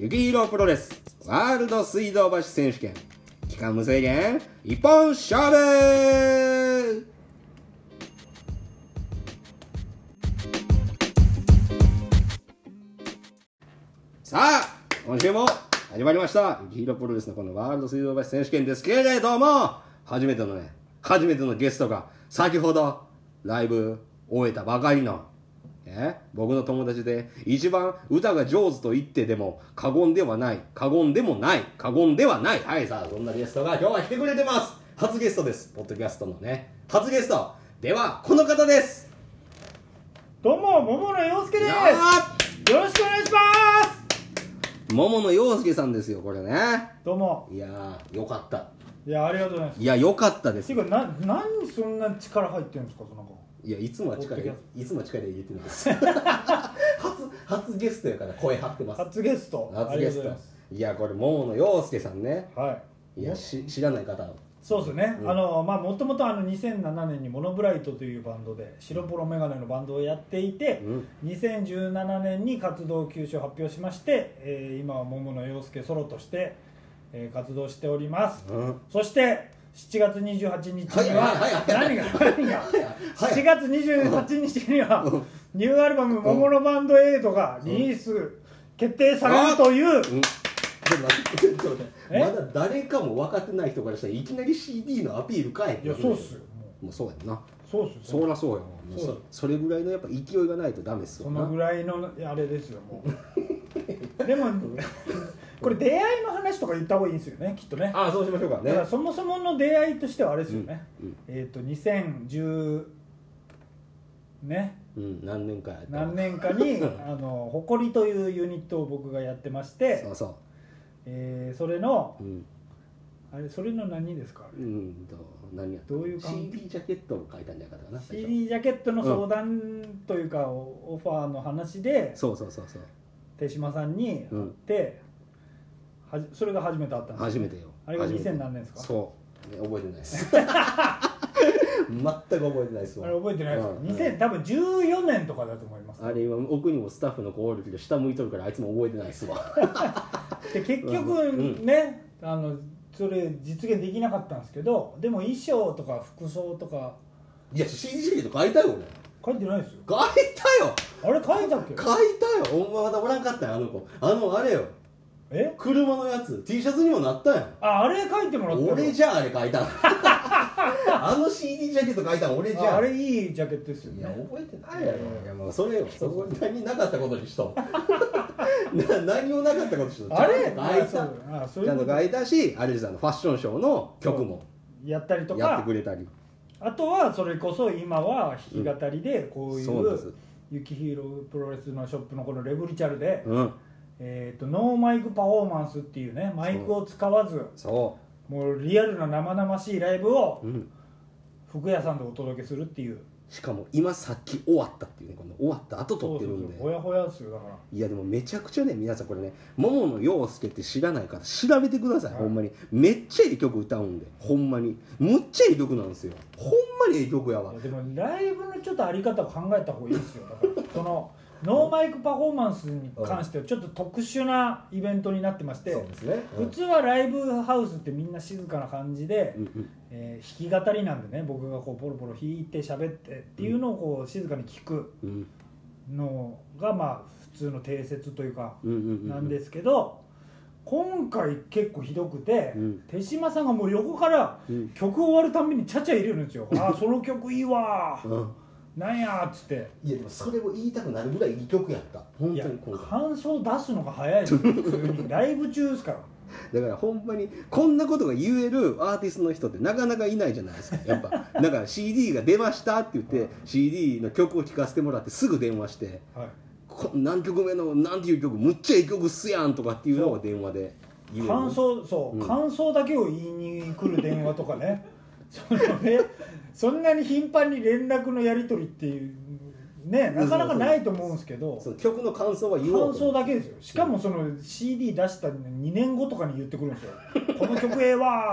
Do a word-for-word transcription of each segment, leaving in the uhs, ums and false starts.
ゆきひろプロレスワールド水道橋選手権期間無制限一本勝負。さあ今週も始まりましたゆきひろプロレスのこのワールド水道橋選手権ですけれども、初めてのね初めてのゲストが先ほどライブ終えたばかりのえ僕の友達で一番歌が上手と言ってでも過言ではない過言でもない過言ではないはい、さあそんなゲストが今日は来てくれてます。初ゲストです。ポッドキャストのね初ゲストではこの方です。 どうも桃野陽介です。よろしくお願いします。 桃野陽介さんですよこれね。 どうも。 いやーよかった。 いやありがとうございます。 いやよかったです。 ていうかな何にそんな力入ってるんですか。その子いやいつもは力いつもは力入れてるんです初初ゲストやから声張ってます。 初ゲスト初ゲスト。いやこれ桃野陽介さんね。 はいいやし知らない方。 そうですね、 うん、 あのまあもともとあのにせんななねんにモノブライトというバンドで白ポロメガネのバンドをやっていて、うん、にせんじゅうななねんに活動休止を発表しまして、えー、今は桃野陽介ソロとして、えー、活動しております、うん、そしてしちがつにじゅうはちにちには何が何がしちがつにじゅうはちにちにはニューアルバム「桃のバンドエイド」がリリース決定されるという、うんまだ誰かも分かってない人からしたらいきなり シーディー のアピールかえっていやそうっすよもうそうやんな。 そうっすよそりゃそうやもう そ, それぐらいのやっぱ勢いがないとダメっすよな。そのぐらいのあれですよもうでもこれ出会いの話とか言った方がいいんですよねきっとね。 ああそうしましょうかね。 だからそもそもの出会いとしてはあれですよね、うんうん、えっ、ー、とにせんじゅうねうん、何年かやった何年かにあの誇りというユニットを僕がやってましてそうそうえー、それの、 うん、 あれそれの何ですかあれ、 うんと何やどういうシーディー ジャケットを書いたんじゃなかったかな。 シーディー ジャケットの相談というか、うん、オファーの話でそうそうそうそう手島さんに会って、うん、はそれが初めて会ったんですよ。 初めてよ。 あれがにせん何年ですか。 そう、ね、覚えてないです全く覚えてないですわ。 あれ覚えてないですか、 うん、 にせん多分じゅうよねんとかだと思います。 あれ今奥にもスタッフの子おるけど下向いとるからあいつも覚えてないですわで結局ね、うん、あのそれ実現できなかったんですけど、でも衣装とか服装とかいや シーディー ジャケット書いたよ俺。 書いてないですよ。 書いたよ。 あれ書いたっけ。 書いたよ。お前まだおらんかったよあの子。あのあれよえ車のやつ T シャツにもなったやん。 ああれ書いてもらったよ。 俺じゃああれ書いたんあの シーディー ジャケット書いたん俺じゃん。 あれいいジャケットですよね。 いや覚えてないやろ。いやもうそれよ。そこに何なかったことにしとな何もなかったことにしとあれちゃんと書いた。あそうちゃんと書いたし、あれですあのファッションショーの曲もやったりとかやってくれたり、 あとはそれこそ今は弾き語りでこういう、 うん、 ゆきひろプロレスのショップのこのレブリチャルで、 うんえー、とノーマイクパフォーマンスっていうねマイクを使わずそうもうリアルな生々しいライブを、 うん、 服屋さんでお届けするっていう。 しかも今さっき終わったっていうね、この終わった後撮ってるんで。 そうそうそうほやほやですよだから。 いやでもめちゃくちゃね皆さんこれね桃野陽介って知らない方調べてください、はい、ほんまにめっちゃいい曲歌うんでほんまにむっちゃいい曲なんですよほんまにいい曲やわ。 いやでもライブのちょっとあり方を考えた方がいいですよだからそのノーマイクパフォーマンスに関してはちょっと特殊なイベントになってまして、 そうですね、 うん、普通はライブハウスってみんな静かな感じで、うんうんえー、弾き語りなんでね僕がこうポロポロ弾いて喋ってっていうのをこう静かに聞くのがまあ普通の定説というかなんですけど、今回結構ひどくて、うん、手島さんがもう横から曲終わるたびにちゃちゃ入れるんですよ、うん、ああその曲いいわー、うんなんやっつって。 いやでもそれを言いたくなるぐらいいい曲やった本当に。今回感想出すのが早いですよ普通にライブ中ですからだからほんまにこんなことが言えるアーティストの人ってなかなかいないじゃないですかやっぱだから シーディー が出ましたって言って、はい、シーディー の曲を聴かせてもらってすぐ電話して、はい、こ何曲目の何ていう曲むっちゃいい曲っすやんとかっていうのを電話で言う感想そう、うん、感想だけを言いに来る電話とかねそのねそんなに頻繁に連絡のやり取りっていうねなかなかないと思うんですけど、 その曲の感想は言おう感想だけですよ。しかもその シーディー 出したにねんごとかに言ってくるんですよこの曲ええわ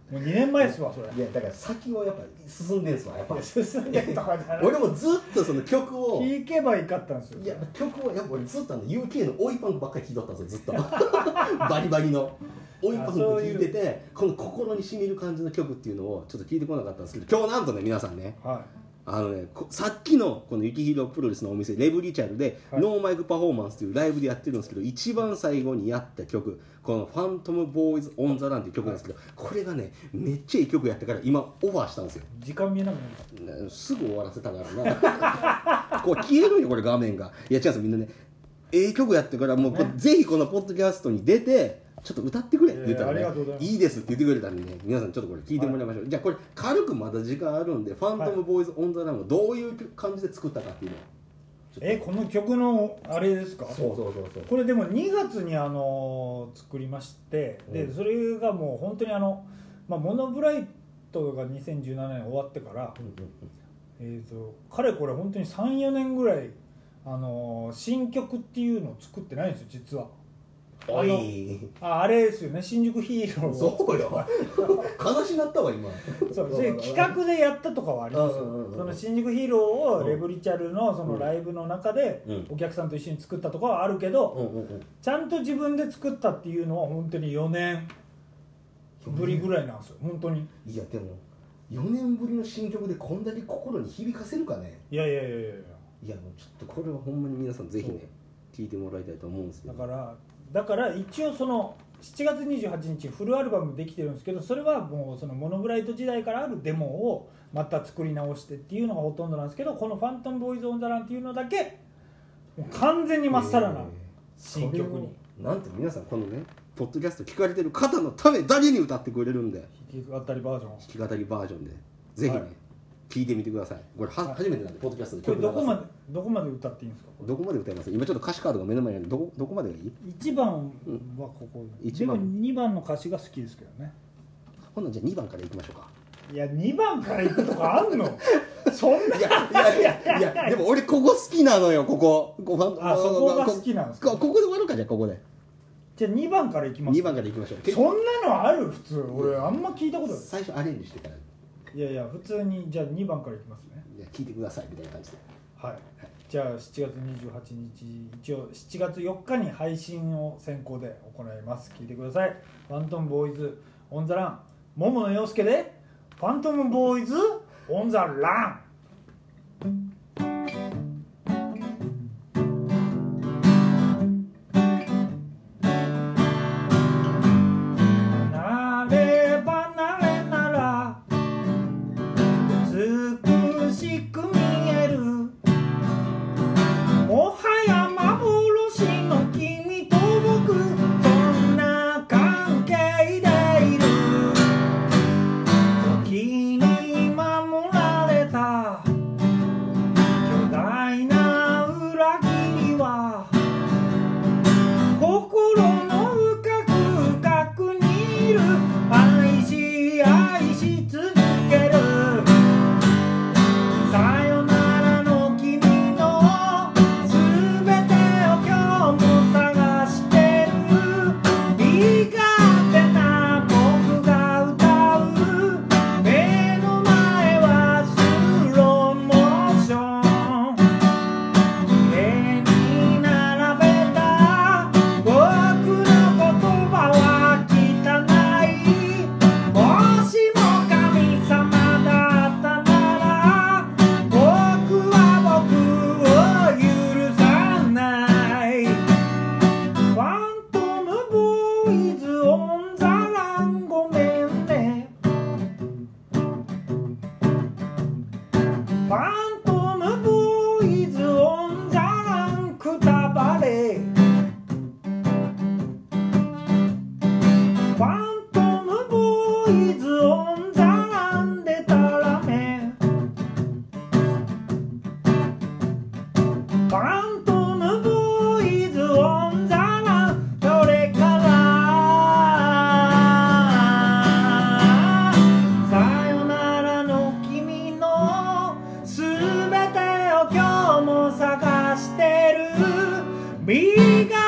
もうにねんまえですわそれ。 いやだから先をやっぱ進んでんすわやっぱ進んでるとかじゃない。 俺もずっとその曲を聴けばいかったんですよ。 いや曲をやっぱ俺ずっとあの ユーケー の追いパンクばっかり聴いとったんですよずっとバリバリの追いパンク聴いててこの心にしみる感じの曲っていうのをちょっと聞いてこなかったんですけど今日なんとね皆さんね、 はい、 あのね、さっきのこの雪広プロレスのお店レブリチャルで、はい、ノーマイクパフォーマンスというライブでやってるんですけど一番最後にやった曲この「ファントム・ボーイズ・オン・ザ・ラン」っていう曲なんですけど、はい、これがねめっちゃいい曲やったから今オファーしたんですよ。 時間見えなくなるすぐ終わらせたからなこう消えるんよこれ画面が。いや違うんですよみんなねええ曲やってからもう、ね、ぜひこのポッドキャストに出てちょっと歌ってくれって言ったらね、いいですって言ってくれたんでね皆さんちょっとこれ聞いてもらいましょう、はい、じゃあこれ軽くまだ時間あるんで「ファントム・ボーイズ・オン・ザ・ラン」をどういう感じで作ったかっていうのえこの曲のあれですか。 そうそうそうそうこれでもにがつにあの作りまして、うん、でそれがもう本当にあの、まあ、モノブライトがにせんじゅうななねん終わってから、うんうんうんえー、とかれこれ本当にさん、よねんぐらいあの新曲っていうのを作ってないんですよ実は。 おいああれですよね新宿ヒーローそうよ悲しなったわ今そうそれ企画でやったとかはありますよ、うんうんうん、その新宿ヒーローをレブリチャルのそのライブの中でお客さんと一緒に作ったとかはあるけど、うんうんうん、ちゃんと自分で作ったっていうのは本当によねんぶりぐらいなんですよ本当に。 いやでもよねんぶりの新曲でこんだけ心に響かせるかね。 いやいやいやいやいやいやもうちょっとこれはほんまに皆さんぜひね聞いてもらいたいと思うんですけど、 だからだから一応そのしちがつにじゅうはちにちフルアルバムできてるんですけどそれはもうそのモノブライト時代からあるデモをまた作り直してっていうのがほとんどなんですけどこの「ファントム・ボーイズ・オン・ザ・ラン」っていうのだけもう完全にまっさらな新曲に、 えー、なんて皆さんこのねポッドキャスト聞かれてる方のためだけに歌ってくれるんで弾き語りバージョン弾き語りバージョンでぜひね、はい聞いてみてください。これは、はい、初めてなんでポッドキャストで曲流す。これどこまでどこまで歌っていいんですか。 どこまで歌います。今ちょっと歌詞カードが目の前にある。どこどこまでがいい？ 一番はここ。うん、でも二番の歌詞が好きですけどね。 ほんなんじゃあ二番からいきましょうか。 いや二番からいくとかあんの？そんな。いやいやいやいやでも俺ここ好きなのよここ。ここあそこが好きなんですか。 ここで終わるかじゃあここで。 じゃあにばんからいきます。 にばんからいきましょう。 そんなのある普通俺あんま聞いたことない。 最初アレンジしてから。 いやいや普通にじゃあにばんからいきますね。 いや聞いてくださいみたいな感じで。 はい。はい、じゃあしちがつにじゅうはちにち一応しちがつよっかに配信を先行で行います。聞いてください。ファントムボーイズオンザラン桃野陽介でファントムボーイズオンザラン。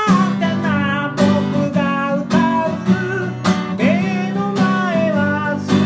僕が歌う目の前は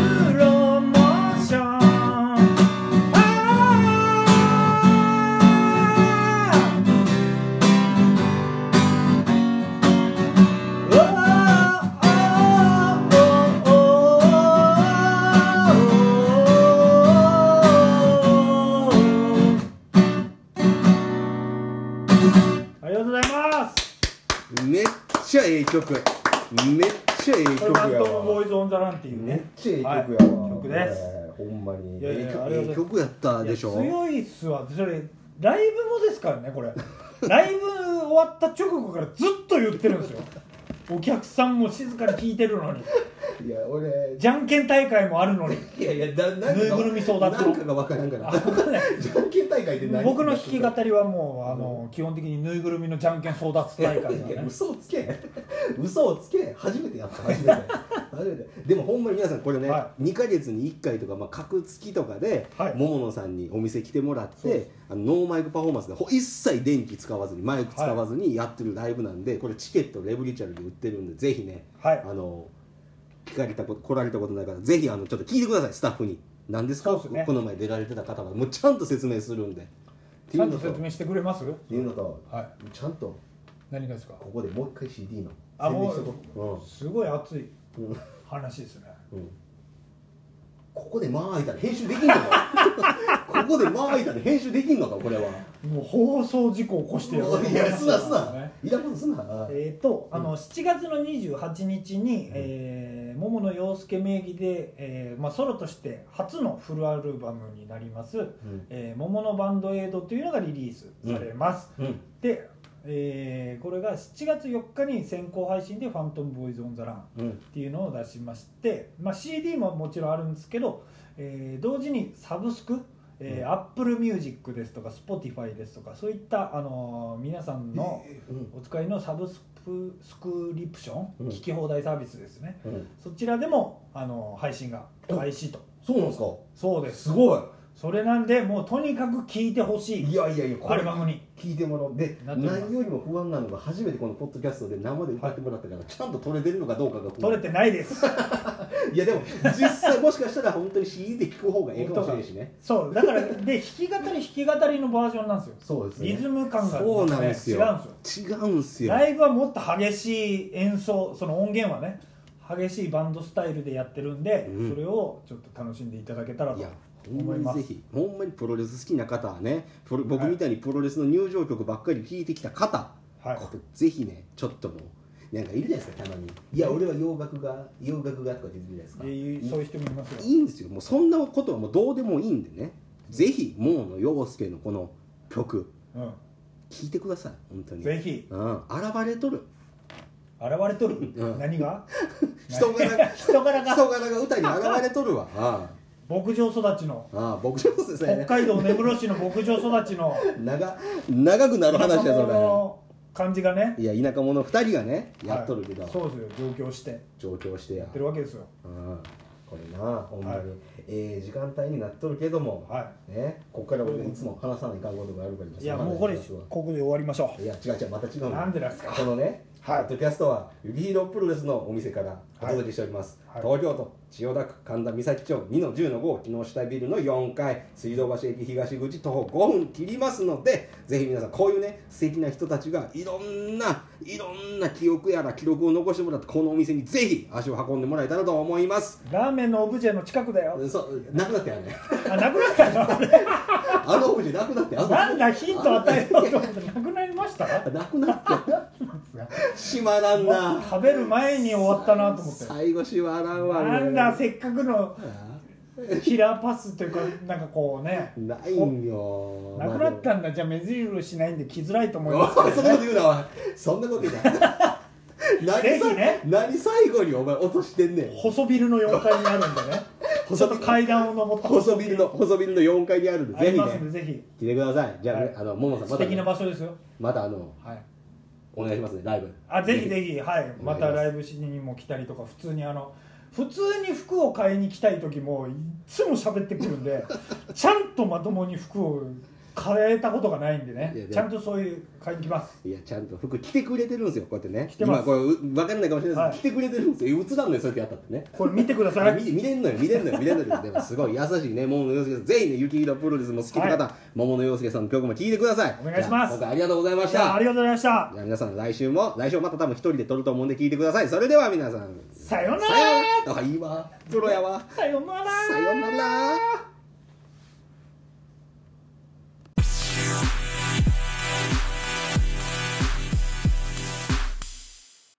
ええ曲、めっちゃええ曲やこれバンドのわ。 ボーイズ・オン・ザ・ランっていうめっねちゃええ曲やわ、 はい曲です。 ほんまにいやいやええ曲ありがとうございますええ曲やったでしょ。 いや強いっすわ。それライブもですからね、これライブ終わった直後からずっと言ってるんですよ。お客さんも静かに聞いてるのに、 いや俺じゃんけん大会もあるのに、 いやいやだなんかぬいぐるみ争奪のなんかが分からんからあ分かんないじゃんけん大会って何？ 僕の弾き語りはもうあの基本的にぬいぐるみのじゃんけん争奪大会だいやね。 嘘をつけ嘘をつけ初めてやった初めて初めてでもほんまに皆さんこれね、 はにかげつにいっかいとか、まあ、格付きとかで、 はい桃野さんにお店来てもらっそうですてあのノーマイクパフォーマンスでほ一切電気使わずにマイク使わずにやってるライブなんで、これチケットレブリチャルで売ってるんでぜひね、 はいあの聞かれたこと来られたことないからぜひあのちょっと聞いてくださいスタッフに何ですかそうですねこの前出られてた方はもうちゃんと説明するんでってちゃんいうのとと説明してくれます？ っていうのと、 はい。 ちゃんと何がですか？ ここでもう一回 シーディー のあも宣伝しとこうすごい熱いうんうん話ですね。 うんここで間空いたら編集できんのかここで間空いたら編集できんのかこれはもう放送事故起こしてやる。 いやすなすなねいらんことすなえー、とあのしちがつのにじゅうはちにちに、えー、桃野陽介名義で、えーまあ、ソロとして初のフルアルバムになります「えー桃のバンドエイド」というのがリリースされます、 うんで、えーこれがしちがつよっかに先行配信で「ファントムボーイズ・オン・ザ・ラン」 うんっていうのを出しまして、まあ、シーディー ももちろんあるんですけど、えー同時にサブスク、えーうん Apple Music ですとか Spotify ですとかそういった、あのー皆さんのうんお使いのサブスクスクリプション、 うん聞き放題サービスですね、 うんそちらでも、あのー配信が開始と。 そうなんですかそうです。 すごいそれなんでもうとにかく聴いてほしいいやいやいやアルバムに聞いてもらおうでなっております何よりも不安なのが初めてこのポッドキャストで生で歌ってもらったから、ちゃんと撮れてるのかどうかが不安撮れてないですいやでも実際もしかしたら本当に シーディー で聞く方がいいかもしれないしねそうだからで弾き語り弾き語りのバージョンなんですよ。 そうですねリズム感が、ね、 そうなんですよ違うんですよ。 違うんすよライブはもっと激しい演奏、その音源はね激しいバンドスタイルでやってるんで、 うんそれをちょっと楽しんでいただけたらといやほん思います。 まにぜひほんまにプロレス好きな方はねプロ僕みたいにプロレスの入場曲ばっかり聴いてきた方、 はいこれぜひねちょっともうなんかいるじゃないですかたまにいや俺は洋楽が洋楽がとか言ってるじゃないですかいいそういう人もいますよ。 いいんですよもうそんなことはもうどうでもいいんでねぜひ桃野陽介のこの曲う聴いてください本当ん、 にぜひうん現れとる現れとる、 うん何が人柄が人柄が人柄が歌に現れとるわあ牧場育ちのあああ僕そうですね北海道根室市の牧場育ちの長長くなる話やそ田舎者の感じがねれいや田舎者ふたりがねやっとるけど、 はいそうですよ上京して上京してややってるわけですよ。 うんこれなほんまに、 はいええ時間帯になっとるけども、 はねここから僕いつも話さないかんことがあるからい、いやもうこれ話しますわここで終わりましょいや違う違うまた違うう。 のなんでなんですか。 このね、 はいポッドキャストはユキヒロプロレスのお店からお届けしております、 はい東京都千代田区神田三崎町にのじゅうのご木下ビルのよんかい水道橋駅東口徒歩ごふん切りますのでぜひ皆さんこういうね素敵な人たちがいろんないろんな記憶やら記録を残してもらってこのお店にぜひ足を運んでもらえたらと思いますラーメンのオブジェの近くだよ。 そうなくなってやねあ、なくなったの。 あのオブジェなくなってあのなんだヒント与えようと思ってなくなりました。 なくなって閉まらんな食べる前に終わったなと思って。 最後閉まらんわなんだせっかくのキラーパスというかなんかこうねないんよなくなったんだ。じゃあ目印ないんで来づらいと思いますおいそんなけどね。 こと言うなおいそんなこと言うな何ぜひね何最後にお前落としてんねん細ビルのよんかいにあるんでね。ちょっと階段を登った細ビルの細ビルのよんかいにあるんでぜひありますんでねぜひ来てくださいじゃあね、 はいあのももさんまた、 素敵なね、 場所ですよ。 またあのはい。 お願いしますねライブあぜひぜひはいお願いしますまたライブしにも来たりとか普通にあの普通に服を買いに来たい時もいつも喋ってくるんでちゃんとまともに服を買えたことがないんでねいやでもちゃんとそういう買いに来ます。 いやちゃんと服着てくれてるんですよこうやってね着てます今これう分かんないかもしれないですけど、 はい着てくれてるんですよ映らんのよそうやってやったってねこれ見てください。 見見れんのよ見れんのよ見れんのよでもすごい優しいね桃野陽介さんぜひね雪色プロレスも好きな方、 は桃野陽介さんの曲も聴いてくださいお願いしますじゃあ今回ありがとうございましじゃあたありがとうございました。 じゃあ皆さん来週も来週また多分一人で撮ると思うんで聞いてくださいそれでは皆さんさようなさようなら。 らあいいわプロやわさようなら。 さようなら